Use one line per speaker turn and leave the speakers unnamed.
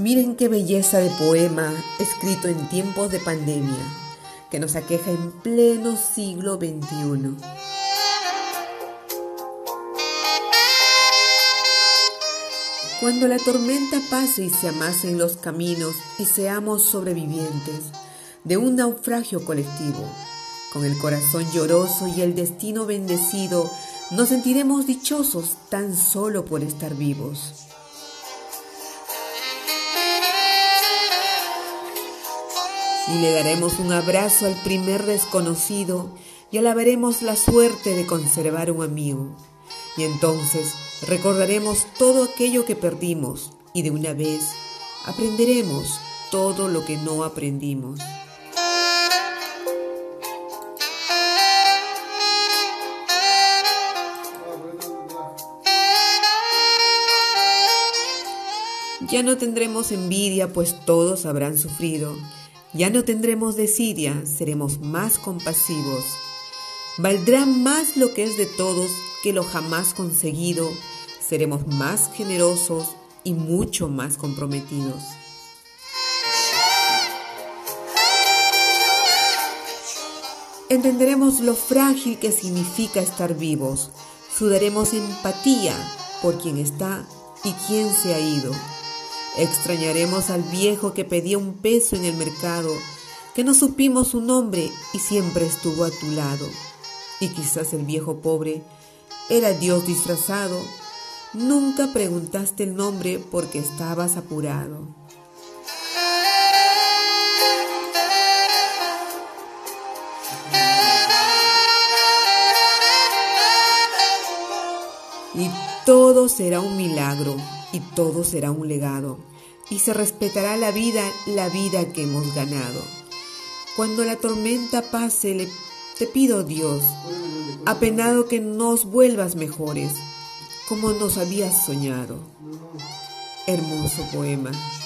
Miren qué belleza de poema escrito en tiempos de pandemia que nos aqueja en pleno siglo XXI. Cuando la tormenta pase y se amasen los caminos y seamos sobrevivientes de un naufragio colectivo, con el corazón lloroso y el destino bendecido, nos sentiremos dichosos tan solo por estar vivos. Y le daremos un abrazo al primer desconocido y alabaremos la suerte de conservar un amigo. Y entonces recordaremos todo aquello que perdimos y de una vez aprenderemos todo lo que no aprendimos. Ya no tendremos envidia, pues todos habrán sufrido. Ya no tendremos desidia, seremos más compasivos. Valdrá más lo que es de todos que lo jamás conseguido. Seremos más generosos y mucho más comprometidos. Entenderemos lo frágil que significa estar vivos. Sudaremos empatía por quien está y quien se ha ido. Extrañaremos al viejo que pedía un peso en el mercado, que no supimos su nombre y siempre estuvo a tu lado. Y quizás el viejo pobre era Dios disfrazado. Nunca preguntaste el nombre porque estabas apurado. Y todo será un milagro, y todo será un legado, y se respetará la vida que hemos ganado. Cuando la tormenta pase, te pido, Dios, apenado, que nos vuelvas mejores, como nos habías soñado. Hermoso poema.